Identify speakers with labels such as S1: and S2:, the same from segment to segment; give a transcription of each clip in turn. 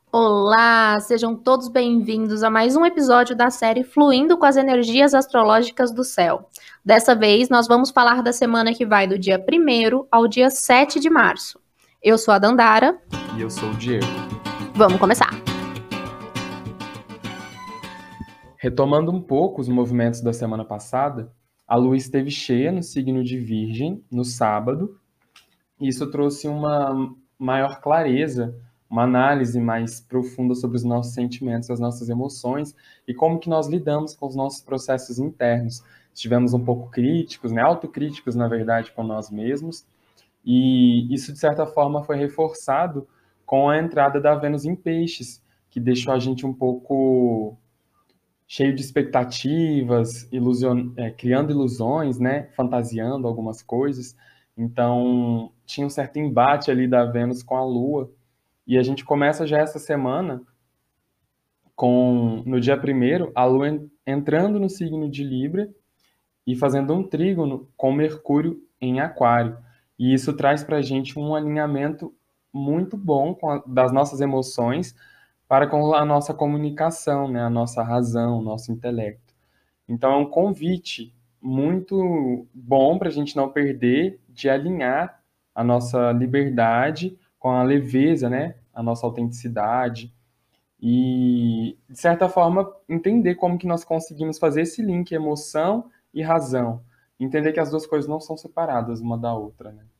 S1: Olá, sejam todos bem-vindos a mais um episódio da série Fluindo com as Energias Astrológicas do Céu. Dessa vez, nós vamos falar da semana que vai do dia 1º ao dia 7 de março. Eu sou a Dandara.
S2: E eu sou o Diego.
S1: Vamos começar.
S2: Retomando um pouco os movimentos da semana passada, a Lua esteve cheia no signo de Virgem no sábado, e isso trouxe uma maior clareza, uma análise mais profunda sobre os nossos sentimentos, as nossas emoções e como que nós lidamos com os nossos processos internos. Estivemos um pouco críticos, autocríticos, na verdade, com nós mesmos, e isso, de certa forma, foi reforçado com a entrada da Vênus em Peixes, que deixou a gente um pouco cheio de expectativas, criando ilusões, né? Fantasiando algumas coisas. Então, tinha um certo embate ali da Vênus com a Lua. E a gente começa já essa semana no dia 1º, a Lua entrando no signo de Libra e fazendo um trígono com Mercúrio em Aquário. E isso traz para a gente um alinhamento muito bom das nossas emoções para com a nossa comunicação, né? A nossa razão, o nosso intelecto. Então, é um convite muito bom para a gente não perder de alinhar a nossa liberdade com a leveza, né? A nossa autenticidade. E, de certa forma, entender como que nós conseguimos fazer esse link emoção e razão. Entender que as duas coisas não são separadas uma da outra, né?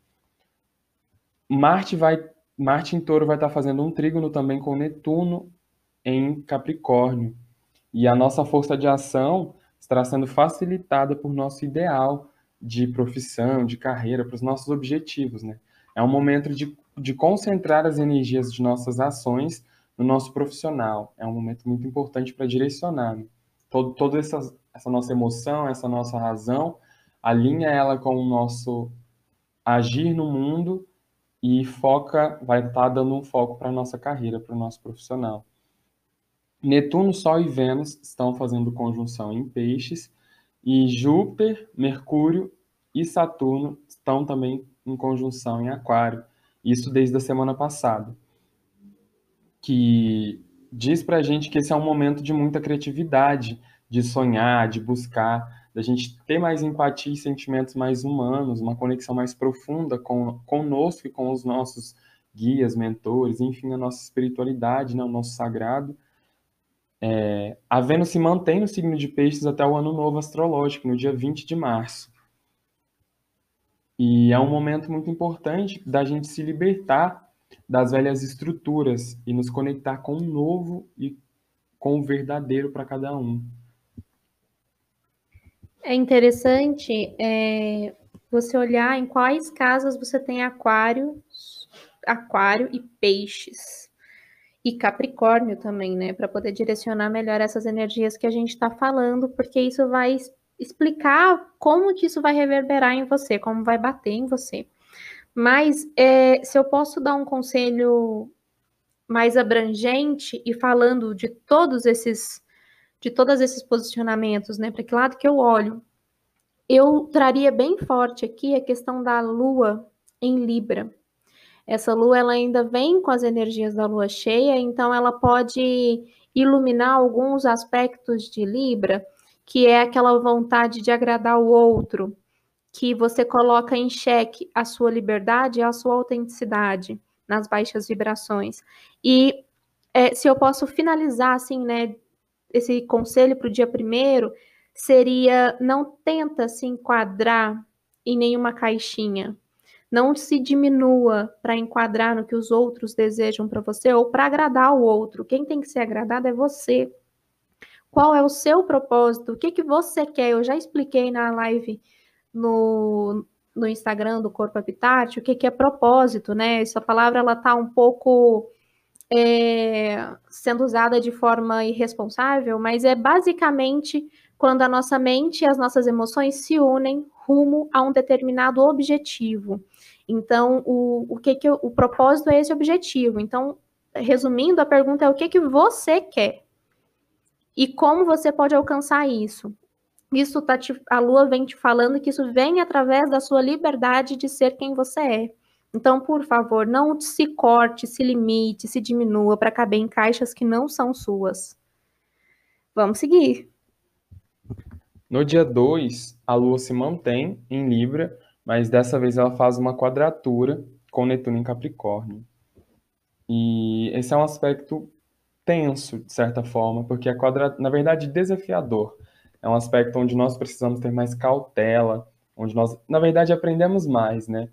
S2: Marte em Touro vai estar fazendo um trígono também com Netuno em Capricórnio. E a nossa força de ação estará sendo facilitada por nosso ideal de profissão, de carreira, para os nossos objetivos, né? É um momento de concentrar as energias de nossas ações no nosso profissional. É um momento muito importante para direcionar, né? Toda essa nossa emoção, essa nossa razão, alinha ela com o nosso agir no mundo e vai estar dando um foco para a nossa carreira, para o nosso profissional. Netuno, Sol e Vênus estão fazendo conjunção em Peixes e Júpiter, Mercúrio e Saturno estão também em conjunção em Aquário. Isso desde a semana passada, que diz pra gente que esse é um momento de muita criatividade, de sonhar, de buscar, da gente ter mais empatia e sentimentos mais humanos, uma conexão mais profunda conosco e com os nossos guias, mentores, enfim, a nossa espiritualidade, né, o nosso sagrado. A Vênus se mantém no signo de Peixes até o Ano Novo Astrológico, no dia 20 de março. E é um momento muito importante da gente se libertar das velhas estruturas e nos conectar com o novo e com o verdadeiro para cada um.
S1: É interessante você olhar em quais casas você tem aquário e peixes. E Capricórnio também, né? Para poder direcionar melhor essas energias que a gente está falando, porque isso vai explicar como que isso vai reverberar em você, como vai bater em você. Mas se eu posso dar um conselho mais abrangente e falando de todos esses posicionamentos, né? Para que lado que eu olho? Eu traria bem forte aqui a questão da Lua em Libra. Essa lua ela ainda vem com as energias da lua cheia, então ela pode iluminar alguns aspectos de Libra, que é aquela vontade de agradar o outro, que você coloca em xeque a sua liberdade e a sua autenticidade nas baixas vibrações. E se eu posso finalizar assim, né, esse conselho para o dia 1º, seria não tenta se enquadrar em nenhuma caixinha. Não se diminua para enquadrar no que os outros desejam para você ou para agradar o outro. Quem tem que ser agradado é você. Qual é o seu propósito? O que você quer? Eu já expliquei na live no Instagram do Corpo Habitat o que é propósito, né? Essa palavra ela está um pouco sendo usada de forma irresponsável, mas é basicamente quando a nossa mente e as nossas emoções se unem rumo a um determinado objetivo. Então, o propósito é esse objetivo. Então, resumindo, a pergunta é o que você quer e como você pode alcançar isso. Isso a Lua vem te falando que isso vem através da sua liberdade de ser quem você é. Então, por favor, não se corte, se limite, se diminua para caber em caixas que não são suas. Vamos seguir.
S2: No dia 2, a Lua se mantém em Libra, mas dessa vez ela faz uma quadratura com Netuno em Capricórnio. E esse é um aspecto tenso, de certa forma, porque na verdade, desafiador. É um aspecto onde nós precisamos ter mais cautela, onde nós, na verdade, aprendemos mais, né?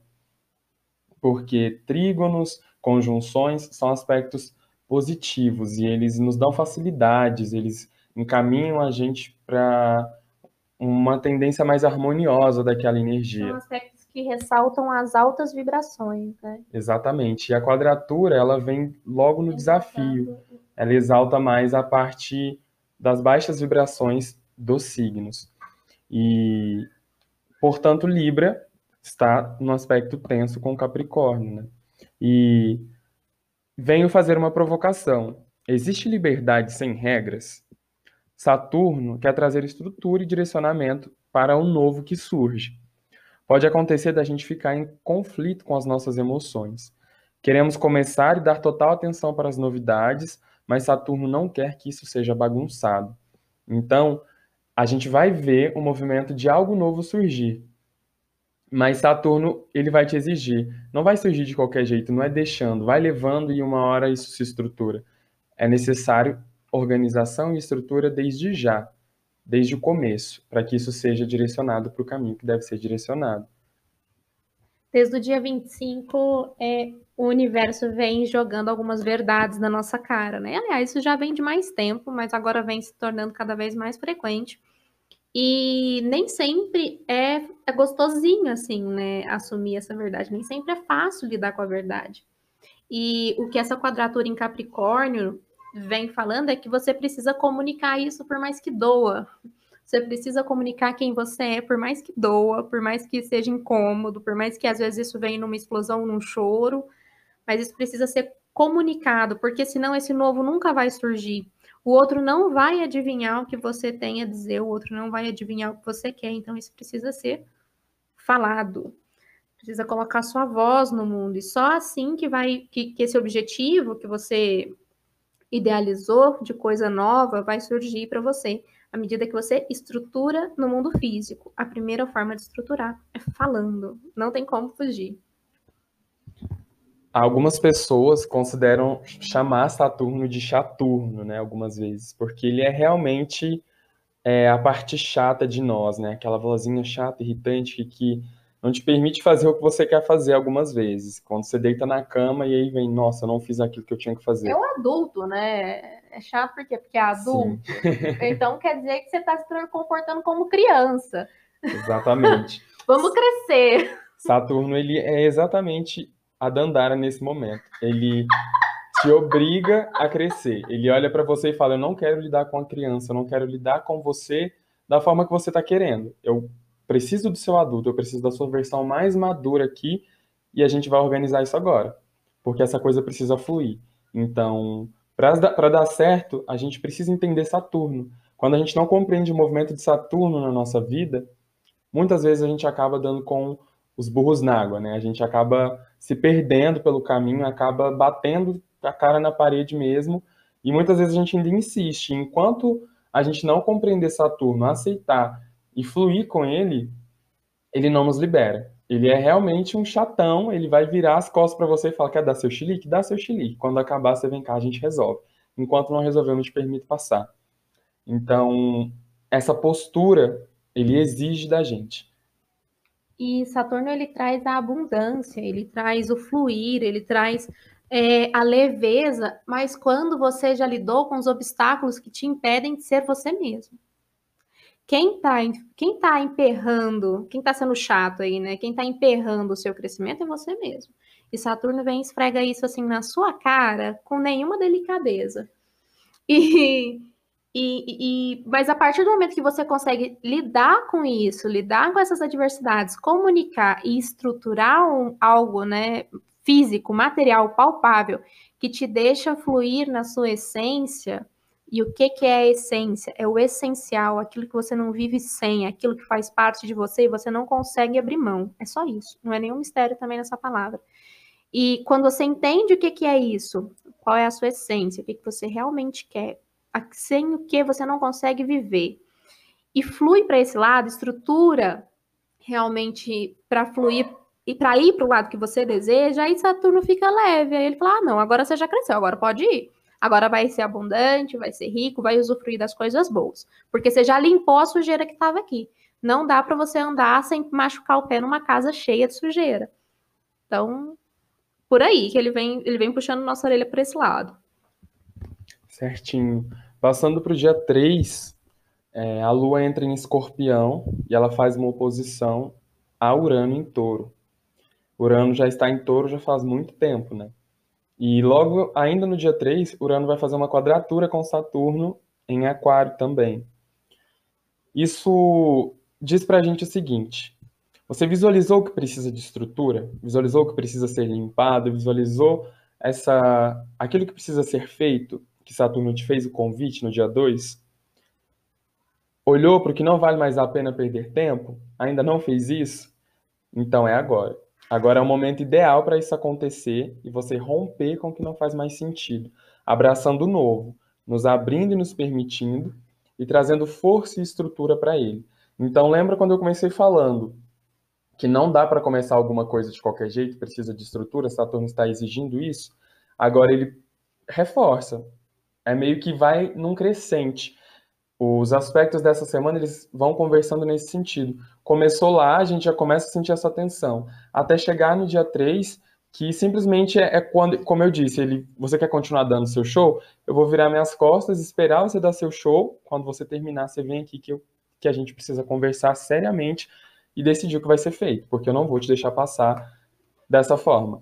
S2: Porque trígonos, conjunções são aspectos positivos e eles nos dão facilidades, eles encaminham a gente para uma tendência mais harmoniosa daquela
S1: São
S2: energia.
S1: aspectos que ressaltam as altas vibrações, né?
S2: Exatamente. E a quadratura, ela vem logo no desafio. Ela exalta mais a parte das baixas vibrações dos signos. E, portanto, Libra está no aspecto tenso com Capricórnio, né? E venho fazer uma provocação. Existe liberdade sem regras? Saturno quer trazer estrutura e direcionamento para o novo que surge. Pode acontecer da gente ficar em conflito com as nossas emoções. Queremos começar e dar total atenção para as novidades, mas Saturno não quer que isso seja bagunçado. Então, a gente vai ver o movimento de algo novo surgir. Mas Saturno, ele vai te exigir. Não vai surgir de qualquer jeito, não é deixando, vai levando e uma hora isso se estrutura. É necessário organização e estrutura desde já, desde o começo, para que isso seja direcionado para o caminho que deve ser direcionado.
S1: Desde o dia 25, o universo vem jogando algumas verdades na nossa cara, né? Aliás, isso já vem de mais tempo, mas agora vem se tornando cada vez mais frequente. E nem sempre é gostosinho, assim, né? Assumir essa verdade. Nem sempre é fácil lidar com a verdade. E o que essa quadratura em Capricórnio vem falando é que você precisa comunicar isso por mais que doa. Você precisa comunicar quem você é, por mais que doa, por mais que seja incômodo, por mais que às vezes isso venha numa explosão, num choro, mas isso precisa ser comunicado, porque senão esse novo nunca vai surgir. O outro não vai adivinhar o que você tem a dizer, o outro não vai adivinhar o que você quer, então isso precisa ser falado. Precisa colocar sua voz no mundo, e só assim que esse objetivo que você idealizou de coisa nova vai surgir para você, à medida que você estrutura no mundo físico. A primeira forma de estruturar é falando, não tem como fugir.
S2: Algumas pessoas consideram chamar Saturno de Chaturno, né, algumas vezes, porque ele é realmente a parte chata de nós, né, aquela vozinha chata, irritante, que não te permite fazer o que você quer fazer algumas vezes. Quando você deita na cama e aí vem, nossa, eu não fiz aquilo que eu tinha que
S1: É
S2: fazer.
S1: o adulto, né? É chato por quê? Porque é
S2: Sim,
S1: adulto. Então quer dizer que você está se comportando como criança.
S2: exatamente.
S1: Vamos crescer.
S2: Saturno, ele é exatamente a Dandara nesse momento. Ele te obriga a crescer. Ele olha para você e fala: eu não quero lidar com a criança, eu não quero lidar com você da forma que você está querendo. Eu preciso do seu adulto, eu preciso da sua versão mais madura aqui e a gente vai organizar isso agora, porque essa coisa precisa fluir. Então, para dar certo, a gente precisa entender Saturno. Quando a gente não compreende o movimento de Saturno na nossa vida, muitas vezes a gente acaba dando com os burros na água, né? A gente acaba se perdendo pelo caminho, acaba batendo a cara na parede mesmo, e muitas vezes a gente ainda insiste. Enquanto a gente não compreender Saturno, aceitar e fluir com ele, ele não nos libera. Ele é realmente um chatão, ele vai virar as costas para você e falar: quer dar seu chilique? Dá seu chilique. Quando acabar, você vem cá, a gente resolve. Enquanto não resolver, eu não te permito passar. Então, essa postura, ele exige da gente.
S1: E Saturno ele traz a abundância, ele traz o fluir, ele traz a leveza, mas quando você já lidou com os obstáculos que te impedem de ser você mesmo. Quem tá emperrando, quem tá sendo chato aí, né? Quem tá emperrando o seu crescimento é você mesmo. E Saturno vem e esfrega isso assim na sua cara com nenhuma delicadeza. E, mas a partir do momento que você consegue lidar com isso, lidar com essas adversidades, comunicar e estruturar algo, né, físico, material, palpável, que te deixa fluir na sua essência. E o que é a essência? É o essencial, aquilo que você não vive sem, aquilo que faz parte de você e você não consegue abrir mão. É só isso. Não é nenhum mistério também nessa palavra. E quando você entende o que, que é isso, qual é a sua essência, o que, que você realmente quer, sem o que você não consegue viver, e flui para esse lado, estrutura realmente para fluir e para ir para o lado que você deseja, aí Saturno fica leve. Aí ele fala: ah, não, agora você já cresceu, agora pode ir. Agora vai ser abundante, vai ser rico, vai usufruir das coisas boas. Porque você já limpou a sujeira que estava aqui. Não dá para você andar sem machucar o pé numa casa cheia de sujeira. Então, por aí que ele vem puxando nossa orelha para esse lado.
S2: Certinho. Passando para o dia 3, a Lua entra em Escorpião e ela faz uma oposição a Urano em Touro. Urano já está em Touro já faz muito tempo, né? E logo, ainda no dia 3, Urano vai fazer uma quadratura com Saturno em Aquário também. Isso diz pra gente o seguinte: você visualizou o que precisa de estrutura? Visualizou o que precisa ser limpado? Visualizou aquilo que precisa ser feito? Que Saturno te fez o convite no dia 2? Olhou para o que não vale mais a pena perder tempo? Ainda não fez isso? Então é agora. Agora é o momento ideal para isso acontecer e você romper com o que não faz mais sentido, abraçando o novo, nos abrindo e nos permitindo e trazendo força e estrutura para ele. Então lembra quando eu comecei falando que não dá para começar alguma coisa de qualquer jeito, precisa de estrutura, Saturno está exigindo isso. Agora ele reforça. É meio que vai num crescente. Os aspectos dessa semana, eles vão conversando nesse sentido. Começou lá, a gente já começa a sentir essa tensão. Até chegar no dia 3, que simplesmente é quando, como eu disse, você quer continuar dando seu show? Eu vou virar minhas costas, esperar você dar seu show. Quando você terminar, você vem aqui que a gente precisa conversar seriamente e decidir o que vai ser feito, porque eu não vou te deixar passar dessa forma.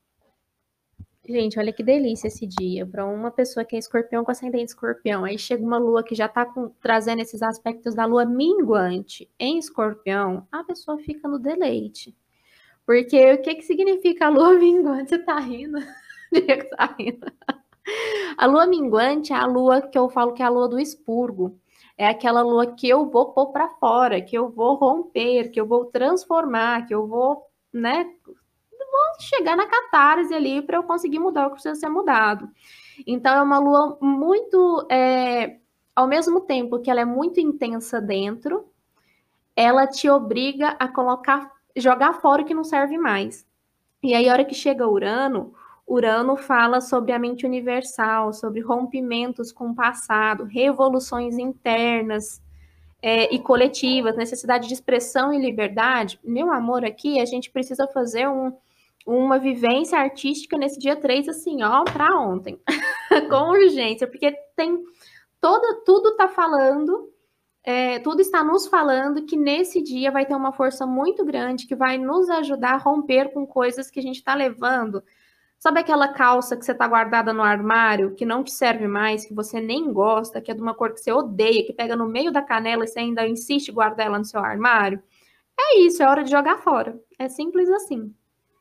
S1: Gente, olha que delícia esse dia para uma pessoa que é escorpião com ascendente escorpião. Aí chega uma lua que já está trazendo esses aspectos da lua minguante em escorpião, a pessoa fica no deleite. Porque o que que significa a lua minguante? Você tá rindo? Diego tá rindo. A lua minguante é a lua que eu falo que é a lua do expurgo. É aquela lua que eu vou pôr para fora, que eu vou romper, que eu vou transformar, que eu vou, né, chegar na catarse ali para eu conseguir mudar o que precisa ser mudado. Então é uma lua muito, ao mesmo tempo que ela é muito intensa dentro, ela te obriga a jogar fora o que não serve mais. E aí, a hora que chega Urano, Urano fala sobre a mente universal, sobre rompimentos com o passado, revoluções internas, e coletivas, necessidade de expressão e liberdade. Meu amor, aqui a gente precisa fazer uma vivência artística nesse dia 3, assim, ó, para ontem, com urgência, porque tem tudo está falando, tudo está nos falando que nesse dia vai ter uma força muito grande que vai nos ajudar a romper com coisas que a gente está levando. Sabe aquela calça que você está guardada no armário, que não te serve mais, que você nem gosta, que é de uma cor que você odeia, que pega no meio da canela e você ainda insiste em guardar ela no seu armário? É isso, é hora de jogar fora. É simples assim.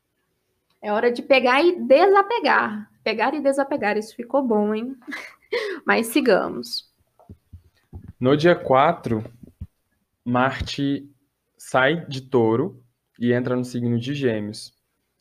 S1: É hora de pegar e desapegar. Pegar e desapegar. Isso ficou bom, hein? Mas sigamos.
S2: No dia 4, Marte sai de Touro e entra no signo de Gêmeos.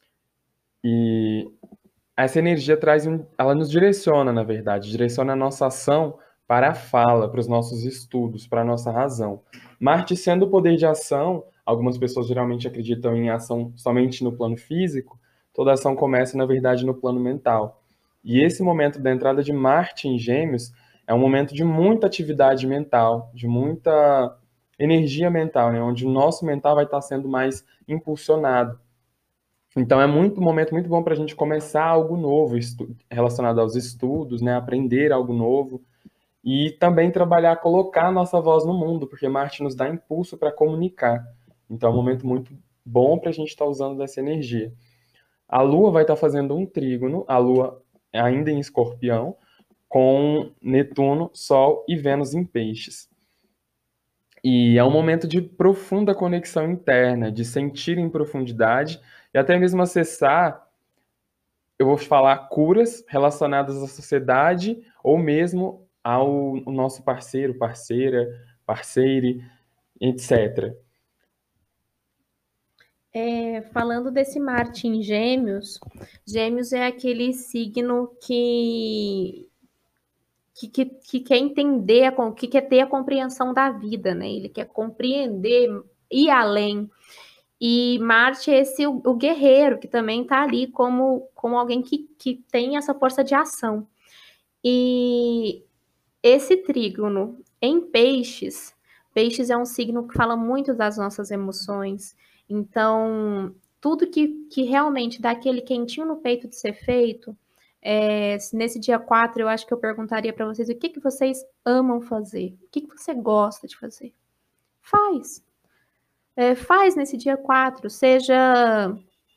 S2: E essa energia ela nos direciona, na verdade, direciona a nossa ação para a fala, para os nossos estudos, para a nossa razão. Marte sendo o poder de ação, algumas pessoas geralmente acreditam em ação somente no plano físico, toda ação começa, na verdade, no plano mental. E esse momento da entrada de Marte em Gêmeos é um momento de muita atividade mental, de muita energia mental, né? Onde o nosso mental vai estar sendo mais impulsionado. Então é um momento muito bom para a gente começar algo novo relacionado aos estudos, né? Aprender algo novo e também trabalhar, colocar a nossa voz no mundo, porque Marte nos dá impulso para comunicar. Então é um momento muito bom para a gente estar usando dessa energia. A Lua vai estar fazendo um trígono, a Lua ainda em Escorpião, com Netuno, Sol e Vênus em Peixes. E é um momento de profunda conexão interna, de sentir em profundidade e até mesmo acessar, eu vou falar, curas relacionadas à sociedade ou mesmo ao nosso parceiro, parceira, parceire, etc.
S1: Falando desse Marte em Gêmeos, Gêmeos é aquele signo que quer entender, que quer ter a compreensão da vida, né? Ele quer compreender, ir além. E Marte é o guerreiro, que também está ali como alguém que tem essa força de ação. E esse trígono em Peixes, Peixes é um signo que fala muito das nossas emoções. Então, tudo que realmente dá aquele quentinho no peito de ser feito, nesse dia 4, eu acho que eu perguntaria para vocês o que vocês amam fazer, o que você gosta de fazer. Faz. Faz nesse dia 4, seja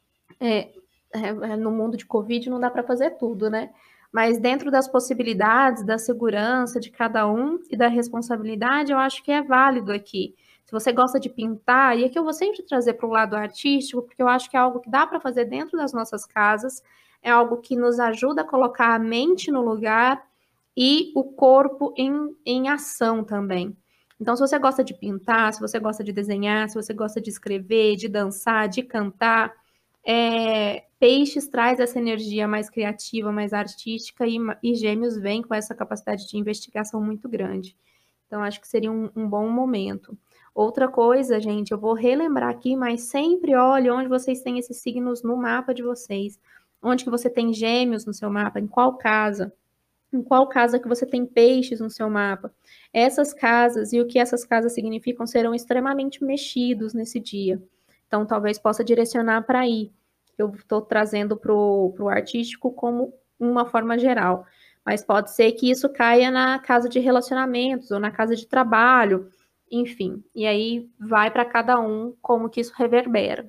S1: no mundo de Covid não dá para fazer tudo, né? Mas dentro das possibilidades, da segurança de cada um e da responsabilidade, eu acho que é válido aqui. Se você gosta de pintar, e aqui eu vou sempre trazer para o lado artístico, porque eu acho que é algo que dá para fazer dentro das nossas casas, é algo que nos ajuda a colocar a mente no lugar e o corpo em ação também. Então, se você gosta de pintar, se você gosta de desenhar, se você gosta de escrever, de dançar, de cantar, Peixes traz essa energia mais criativa, mais artística, e Gêmeos vem com essa capacidade de investigação muito grande. Então, acho que seria um bom momento. Outra coisa, gente, eu vou relembrar aqui, mas sempre olhe onde vocês têm esses signos no mapa de vocês. Onde que você tem Gêmeos no seu mapa, em qual casa? Em qual casa que você tem Peixes no seu mapa? Essas casas e o que essas casas significam serão extremamente mexidos nesse dia. Então, talvez possa direcionar para aí. Eu estou trazendo para o artístico como uma forma geral. Mas pode ser que isso caia na casa de relacionamentos ou na casa de trabalho, enfim. E aí vai para cada um como que isso reverbera.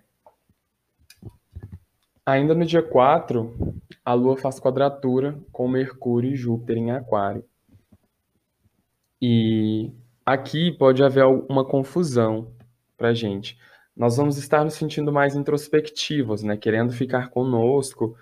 S2: Ainda no dia 4, a Lua faz quadratura com Mercúrio e Júpiter em Aquário. E aqui pode haver uma confusão para a gente. Nós vamos estar nos sentindo mais introspectivos, né? Querendo ficar conosco,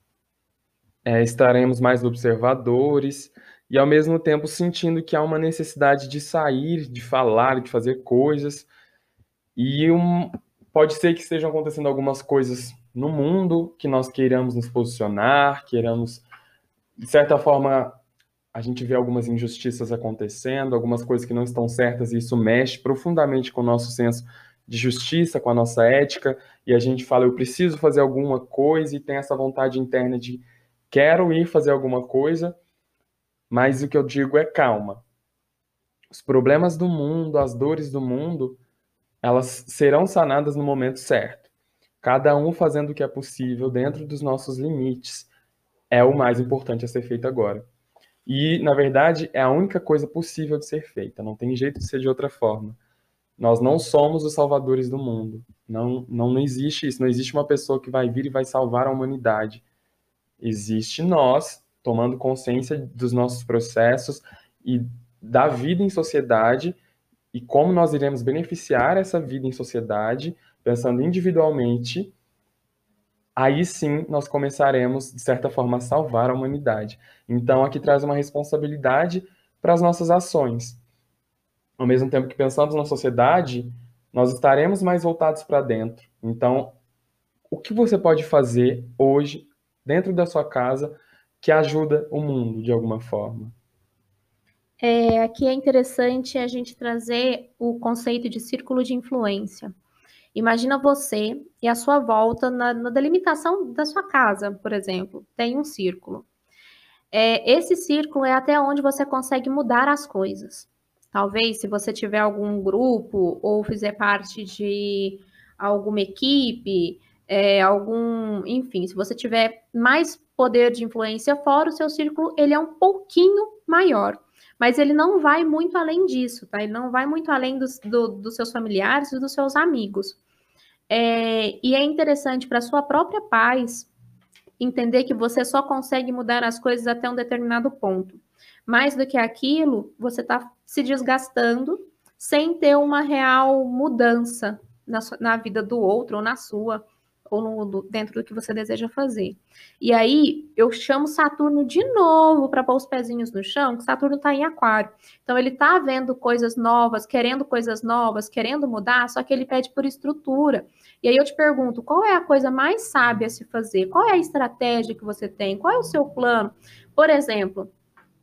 S2: estaremos mais observadores e, ao mesmo tempo, sentindo que há uma necessidade de sair, de falar, de fazer coisas. E pode ser que estejam acontecendo algumas coisas no mundo que nós queiramos nos posicionar, queiramos, de certa forma, a gente vê algumas injustiças acontecendo, algumas coisas que não estão certas, e isso mexe profundamente com o nosso senso de justiça, com a nossa ética, e a gente fala, eu preciso fazer alguma coisa, e tem essa vontade interna de quero ir fazer alguma coisa, mas o que eu digo é calma. Os problemas do mundo, as dores do mundo, elas serão sanadas no momento certo. Cada um fazendo o que é possível dentro dos nossos limites é o mais importante a ser feito agora. E, na verdade, é a única coisa possível de ser feita. Não tem jeito de ser de outra forma. Nós não somos os salvadores do mundo. Não existe isso. Não existe uma pessoa que vai vir e vai salvar a humanidade. Existe nós tomando consciência dos nossos processos e da vida em sociedade e como nós iremos beneficiar essa vida em sociedade, pensando individualmente. Aí sim nós começaremos, de certa forma, a salvar a humanidade. Então, aqui traz uma responsabilidade para as nossas ações. Ao mesmo tempo que pensamos na sociedade, nós estaremos mais voltados para dentro. Então, o que você pode fazer hoje, dentro da sua casa, que ajuda o mundo de alguma forma?
S1: Aqui é interessante a gente trazer o conceito de círculo de influência. Imagina você e a sua volta na delimitação da sua casa, por exemplo, tem um círculo. Esse círculo é até onde você consegue mudar as coisas. Talvez, se você tiver algum grupo ou fizer parte de alguma equipe, enfim, se você tiver mais poder de influência fora, o seu círculo ele é um pouquinho maior. Mas ele não vai muito além disso, tá? Ele não vai muito além dos seus familiares e dos seus amigos. E é interessante para a sua própria paz entender que você só consegue mudar as coisas até um determinado ponto. Mais do que aquilo, você está se desgastando sem ter uma real mudança na vida do outro ou na sua. ou dentro do que você deseja fazer. E aí eu chamo Saturno de novo para pôr os pezinhos no chão, que Saturno está em Aquário. Então ele está vendo coisas novas, querendo mudar, só que ele pede por estrutura. E aí eu te pergunto, qual é a coisa mais sábia a se fazer? Qual é a estratégia que você tem? Qual é o seu plano? Por exemplo,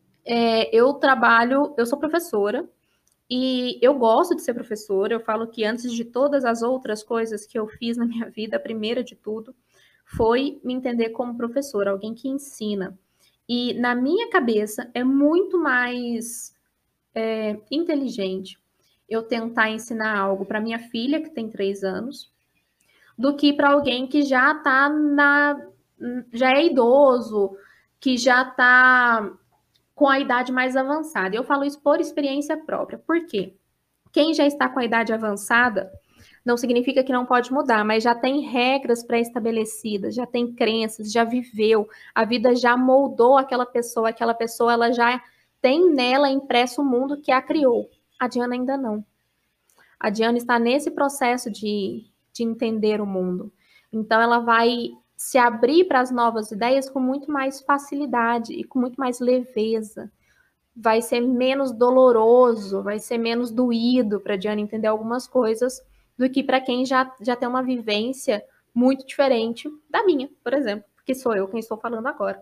S1: eu sou professora, e eu gosto de ser professora. Eu falo que antes de todas as outras coisas que eu fiz na minha vida, a primeira de tudo foi me entender como professora, alguém que ensina. E na minha cabeça é muito mais inteligente eu tentar ensinar algo para minha filha, que tem 3 anos, do que para alguém que já é idoso, que já está com a idade mais avançada. Eu falo isso por experiência própria. Por quê? Quem já está com a idade avançada não significa que não pode mudar, mas já tem regras pré-estabelecidas, já tem crenças, já viveu, a vida já moldou aquela pessoa ela já tem nela impresso o mundo que a criou. A Diana ainda não. A Diana está nesse processo de entender o mundo. Então ela vai se abrir para as novas ideias com muito mais facilidade e com muito mais leveza. Vai ser menos doloroso, vai ser menos doído para a Diana entender algumas coisas do que para quem já tem uma vivência muito diferente da minha, por exemplo, porque sou eu quem estou falando agora.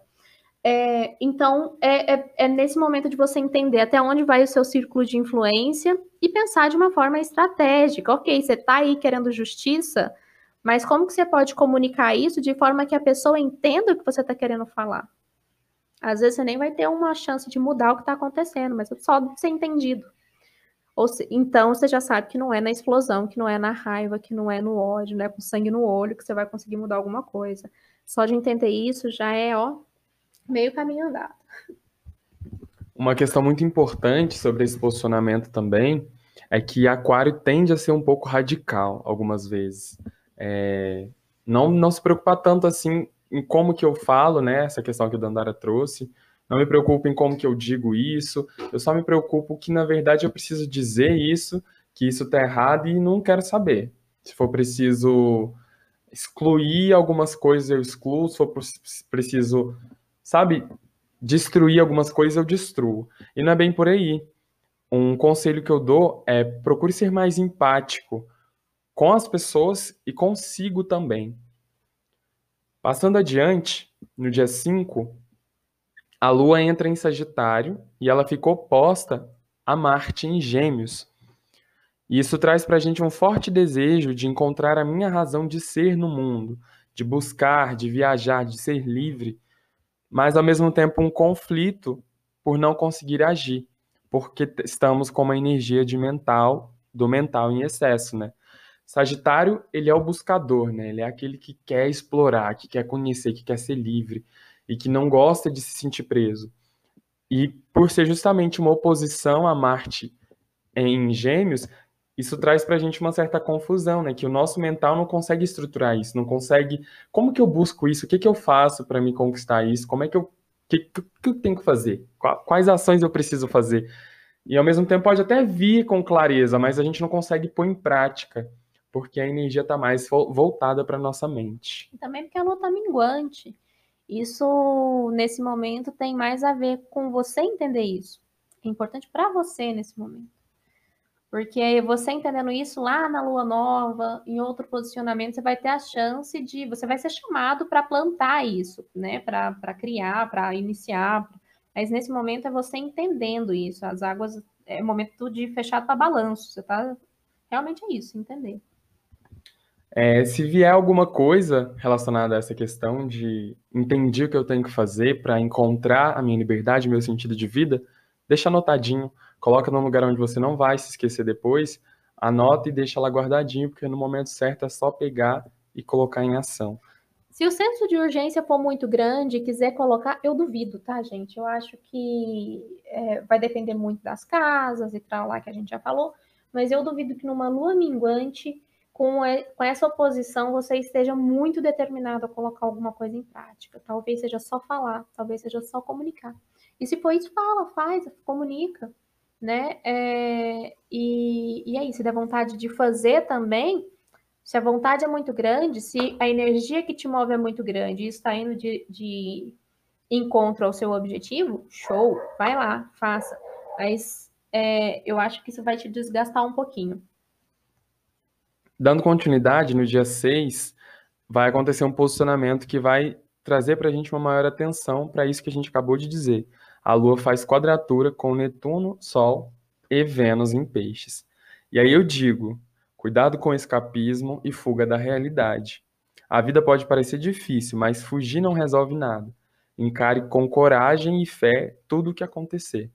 S1: Então, é nesse momento de você entender até onde vai o seu círculo de influência e pensar de uma forma estratégica. Ok, você está aí querendo justiça, mas como que você pode comunicar isso de forma que a pessoa entenda o que você está querendo falar? Às vezes você nem vai ter uma chance de mudar o que está acontecendo, mas só de ser entendido. Então você já sabe que não é na explosão, que não é na raiva, que não é no ódio, não é com sangue no olho que você vai conseguir mudar alguma coisa. Só de entender isso já é, meio caminho andado.
S2: Uma questão muito importante sobre esse posicionamento também é que Aquário tende a ser um pouco radical algumas vezes. Não se preocupar tanto assim em como que eu falo, né? Essa questão que o Dandara trouxe. Não me preocupo em como que eu digo isso. Eu só me preocupo que, na verdade, eu preciso dizer isso, que isso tá errado e não quero saber. Se for preciso excluir algumas coisas, eu excluo. Se for preciso, sabe, destruir algumas coisas, eu destruo. E não é bem por aí. Um conselho que eu dou é procure ser mais empático com as pessoas e consigo também. Passando adiante, no dia 5, a Lua entra em Sagitário e ela fica oposta a Marte em Gêmeos. E isso traz para a gente um forte desejo de encontrar a minha razão de ser no mundo, de buscar, de viajar, de ser livre, mas ao mesmo tempo um conflito por não conseguir agir, porque estamos com uma energia do mental em excesso, né? Sagitário, ele é o buscador, né? Ele é aquele que quer explorar, que quer conhecer, que quer ser livre e que não gosta de se sentir preso. E por ser justamente uma oposição a Marte em Gêmeos, isso traz pra gente uma certa confusão, né? Que o nosso mental não consegue estruturar isso, não consegue. Como que eu busco isso? O que que eu faço para me conquistar isso? Como é que eu. O que eu tenho que fazer? Quais ações eu preciso fazer? E ao mesmo tempo pode até vir com clareza, mas a gente não consegue pôr em prática, porque a energia está mais voltada para nossa mente.
S1: E também porque a lua está minguante. Isso, nesse momento, tem mais a ver com você entender isso. É importante para você nesse momento. Porque você entendendo isso lá na lua nova, em outro posicionamento, você vai ter a chance de. Você vai ser chamado para plantar isso, né? Para criar, para iniciar. Mas nesse momento é você entendendo isso. As águas. É momento de fechar tua balanço. Você tá. Realmente é isso, entender.
S2: Se vier alguma coisa relacionada a essa questão de entendi o que eu tenho que fazer para encontrar a minha liberdade, meu sentido de vida, deixa anotadinho, coloca num lugar onde você não vai se esquecer depois, anota e deixa lá guardadinho, porque no momento certo é só pegar e colocar em ação.
S1: Se o senso de urgência for muito grande e quiser colocar, eu duvido, tá, gente? Eu acho que vai depender muito das casas e tal, lá que a gente já falou, mas eu duvido que numa lua minguante, com essa oposição, você esteja muito determinado a colocar alguma coisa em prática. Talvez seja só falar, talvez seja só comunicar. E se for isso, fala, faz, comunica, né? E é isso, se der vontade de fazer também, Se a vontade é muito grande, se a energia que te move é muito grande e está indo de encontro ao seu objetivo, show, vai lá, faça. Mas eu acho que isso vai te desgastar um pouquinho.
S2: Dando continuidade, no dia 6 vai acontecer um posicionamento que vai trazer para a gente uma maior atenção para isso que a gente acabou de dizer. A Lua faz quadratura com Netuno, Sol e Vênus em Peixes. E aí eu digo, cuidado com o escapismo e fuga da realidade. A vida pode parecer difícil, mas fugir não resolve nada. Encare com coragem e fé tudo o que acontecer.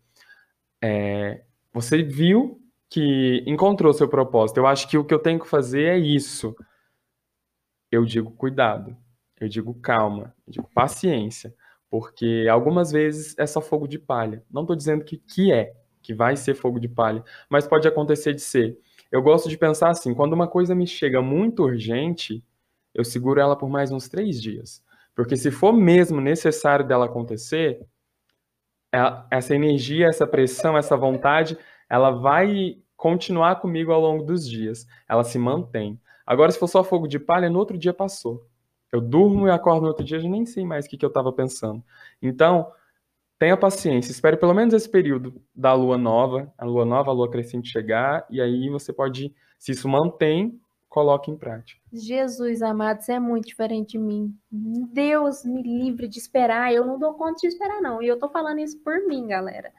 S2: Você viu que encontrou seu propósito. Eu acho que o que eu tenho que fazer é isso. Eu digo cuidado, eu digo calma, eu digo paciência, porque algumas vezes é só fogo de palha. Não estou dizendo que vai ser fogo de palha, mas pode acontecer de ser. Eu gosto de pensar assim, quando uma coisa me chega muito urgente, eu seguro ela por mais uns 3 dias. Porque se for mesmo necessário dela acontecer, essa energia, essa pressão, essa vontade, ela vai continuar comigo ao longo dos dias. Ela se mantém. Agora, se for só fogo de palha, no outro dia passou. Eu durmo e acordo no outro dia, eu já nem sei mais o que eu estava pensando. Então, tenha paciência, espere pelo menos esse período da lua nova, a lua crescente chegar, e aí você pode, se isso mantém, coloque em prática.
S1: Jesus amado, você é muito diferente de mim. Deus me livre de esperar. Eu não dou conta de esperar, não. E eu tô falando isso por mim, galera.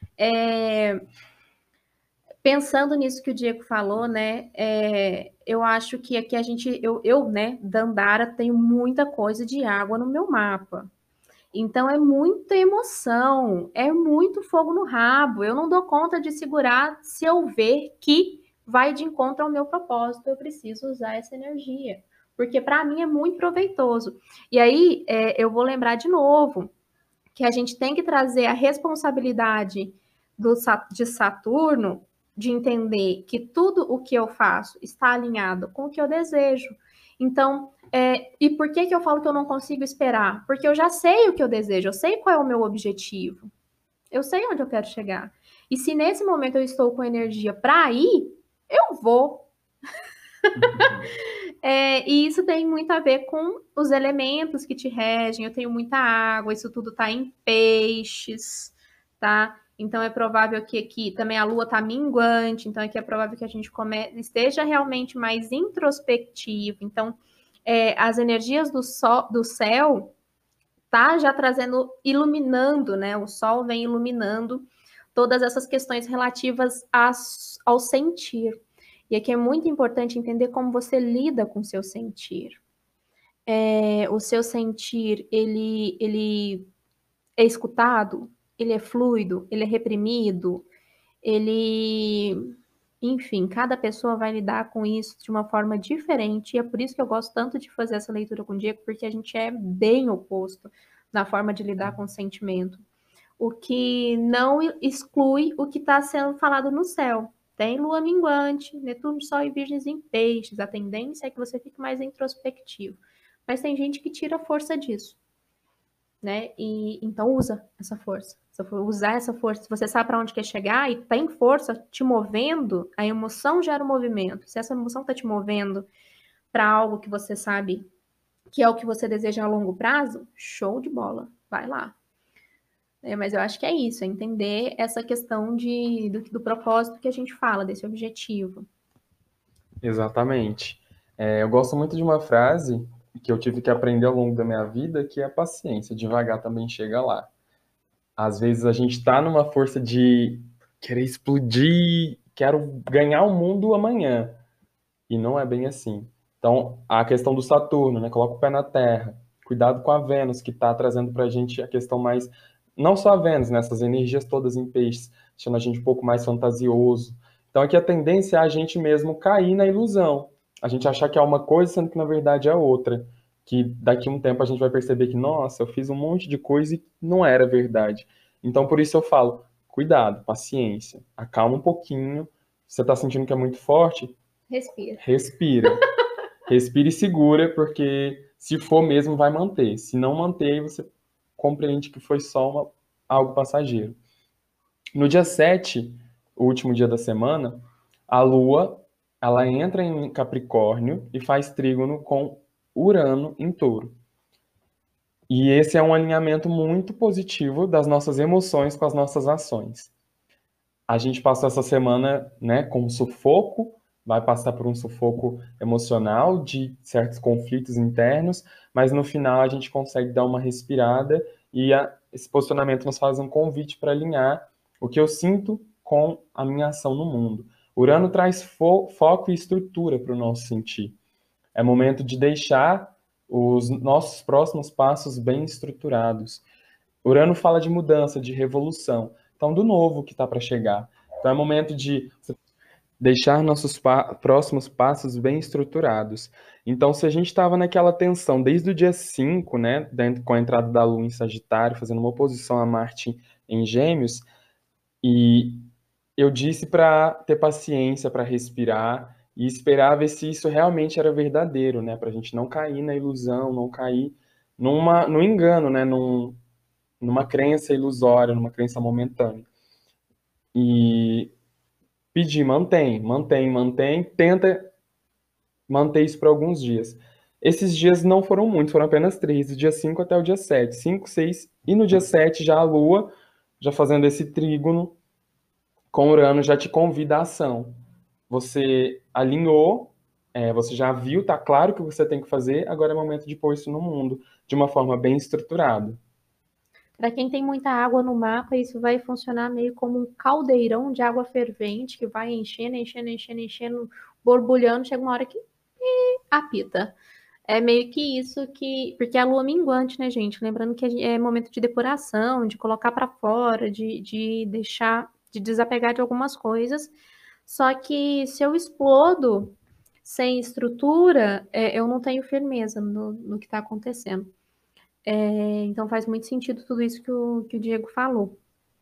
S1: Pensando nisso que o Diego falou, né? Eu acho que aqui né, Dandara, tenho muita coisa de água no meu mapa. Então é muita emoção, é muito fogo no rabo. Eu não dou conta de segurar se eu ver que vai de encontro ao meu propósito. Eu preciso usar essa energia, porque para mim é muito proveitoso. E aí eu vou lembrar de novo que a gente tem que trazer a responsabilidade de Saturno de entender que tudo o que eu faço está alinhado com o que eu desejo. Então, e por que eu falo que eu não consigo esperar? Porque eu já sei o que eu desejo, eu sei qual é o meu objetivo, eu sei onde eu quero chegar. E se nesse momento eu estou com energia para ir, eu vou. E isso tem muito a ver com os elementos que te regem. Eu tenho muita água, isso tudo tá em peixes, tá? Então é provável que aqui também a lua tá minguante, então aqui é provável que a gente esteja realmente mais introspectivo. Então, as energias do céu tá já trazendo, iluminando, né? O sol vem iluminando todas essas questões relativas ao sentir. E aqui é muito importante entender como você lida com o seu sentir. O seu sentir, ele é escutado, ele é fluido, ele é reprimido, ele... Enfim, cada pessoa vai lidar com isso de uma forma diferente, e é por isso que eu gosto tanto de fazer essa leitura com o Diego, porque a gente é bem oposto na forma de lidar com o sentimento. O que não exclui o que está sendo falado no céu. Tem lua minguante, Netuno, Sol e Virgens em peixes. A tendência é que você fique mais introspectivo. Mas tem gente que tira a força disso, né? E então usa essa força. Se for usar essa força, se você sabe para onde quer chegar e tem força te movendo, a emoção gera o movimento. Se essa emoção está te movendo para algo que você sabe que é o que você deseja a longo prazo, show de bola, vai lá. Mas eu acho que é isso, é entender essa questão do propósito que a gente fala, desse objetivo.
S2: Exatamente. Eu gosto muito de uma frase que eu tive que aprender ao longo da minha vida, que é a paciência. Devagar também chega lá. Às vezes a gente está numa força de querer explodir, quero ganhar o mundo amanhã. E não é bem assim. Então, a questão do Saturno, né? Coloca o pé na Terra. Cuidado com a Vênus, que está trazendo para a gente a questão mais. Não só a Vênus, né? Essas energias todas em peixes, deixando a gente um pouco mais fantasioso. Então, aqui a tendência é a gente mesmo cair na ilusão. A gente achar que é uma coisa, sendo que na verdade é outra. Que daqui a um tempo a gente vai perceber que, nossa, eu fiz um monte de coisa e não era verdade. Então, por isso eu falo, cuidado, paciência, acalma um pouquinho. Você está sentindo que é muito forte?
S1: Respira.
S2: Respira. Respira e segura, porque se for mesmo, vai manter. Se não manter, aí você compreende que foi só algo passageiro. No dia 7, o último dia da semana, a Lua ela entra em Capricórnio e faz trígono com Urano em Touro. E esse é um alinhamento muito positivo das nossas emoções com as nossas ações. A gente passou essa semana, né, com um sufoco, vai passar por um sufoco emocional de certos conflitos internos, mas no final a gente consegue dar uma respirada e esse posicionamento nos faz um convite para alinhar o que eu sinto com a minha ação no mundo. Urano traz foco e estrutura para o nosso sentir. É momento de deixar os nossos próximos passos bem estruturados. Urano fala de mudança, de revolução. Então, do novo que está para chegar. Então, é momento de deixar nossos próximos passos bem estruturados. Então, se a gente estava naquela tensão desde o dia 5, né, com a entrada da Lua em Sagitário, fazendo uma oposição a Marte em Gêmeos, e eu disse para ter paciência, para respirar e esperar ver se isso realmente era verdadeiro, né, para a gente não cair na ilusão, não cair num engano, né, numa crença ilusória, numa crença momentânea. E pedir, mantém, tenta manter isso por alguns dias. Esses dias não foram muitos, foram apenas 3, do dia 5 até o dia 7. 5, 6, e no dia 7 já a Lua, já fazendo esse trígono com Urano, já te convida à ação. Você alinhou, você já viu, tá claro o que você tem que fazer, agora é momento de pôr isso no mundo, de uma forma bem estruturada.
S1: Para quem tem muita água no mapa, isso vai funcionar meio como um caldeirão de água fervente que vai enchendo, borbulhando, chega uma hora que apita. É meio que isso que. Porque é a lua minguante, né, gente? Lembrando que é momento de depuração, de colocar para fora, de deixar, de desapegar de algumas coisas. Só que se eu explodo sem estrutura, eu não tenho firmeza no que está acontecendo. Então faz muito sentido tudo isso que o Diego falou.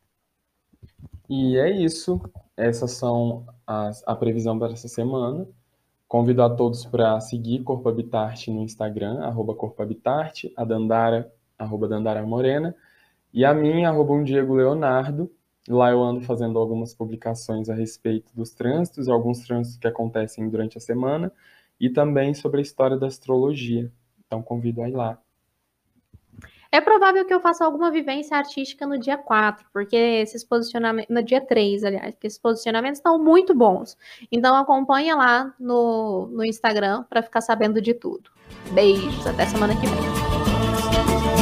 S2: E é isso. Essas são a previsão para essa semana. Convido a todos para seguir Corpo Habitarte no Instagram, @Corpo Habitarte, a Dandara, @Dandara Morena, e a mim, @Diego Leonardo. Lá eu ando fazendo algumas publicações a respeito dos trânsitos, alguns trânsitos que acontecem durante a semana, e também sobre a história da astrologia. Então convido a ir lá.
S1: É provável que eu faça alguma vivência artística no dia 4, porque esses posicionamentos. No dia 3, aliás, porque esses posicionamentos estão muito bons. Então acompanha lá no Instagram para ficar sabendo de tudo. Beijos, até semana que vem.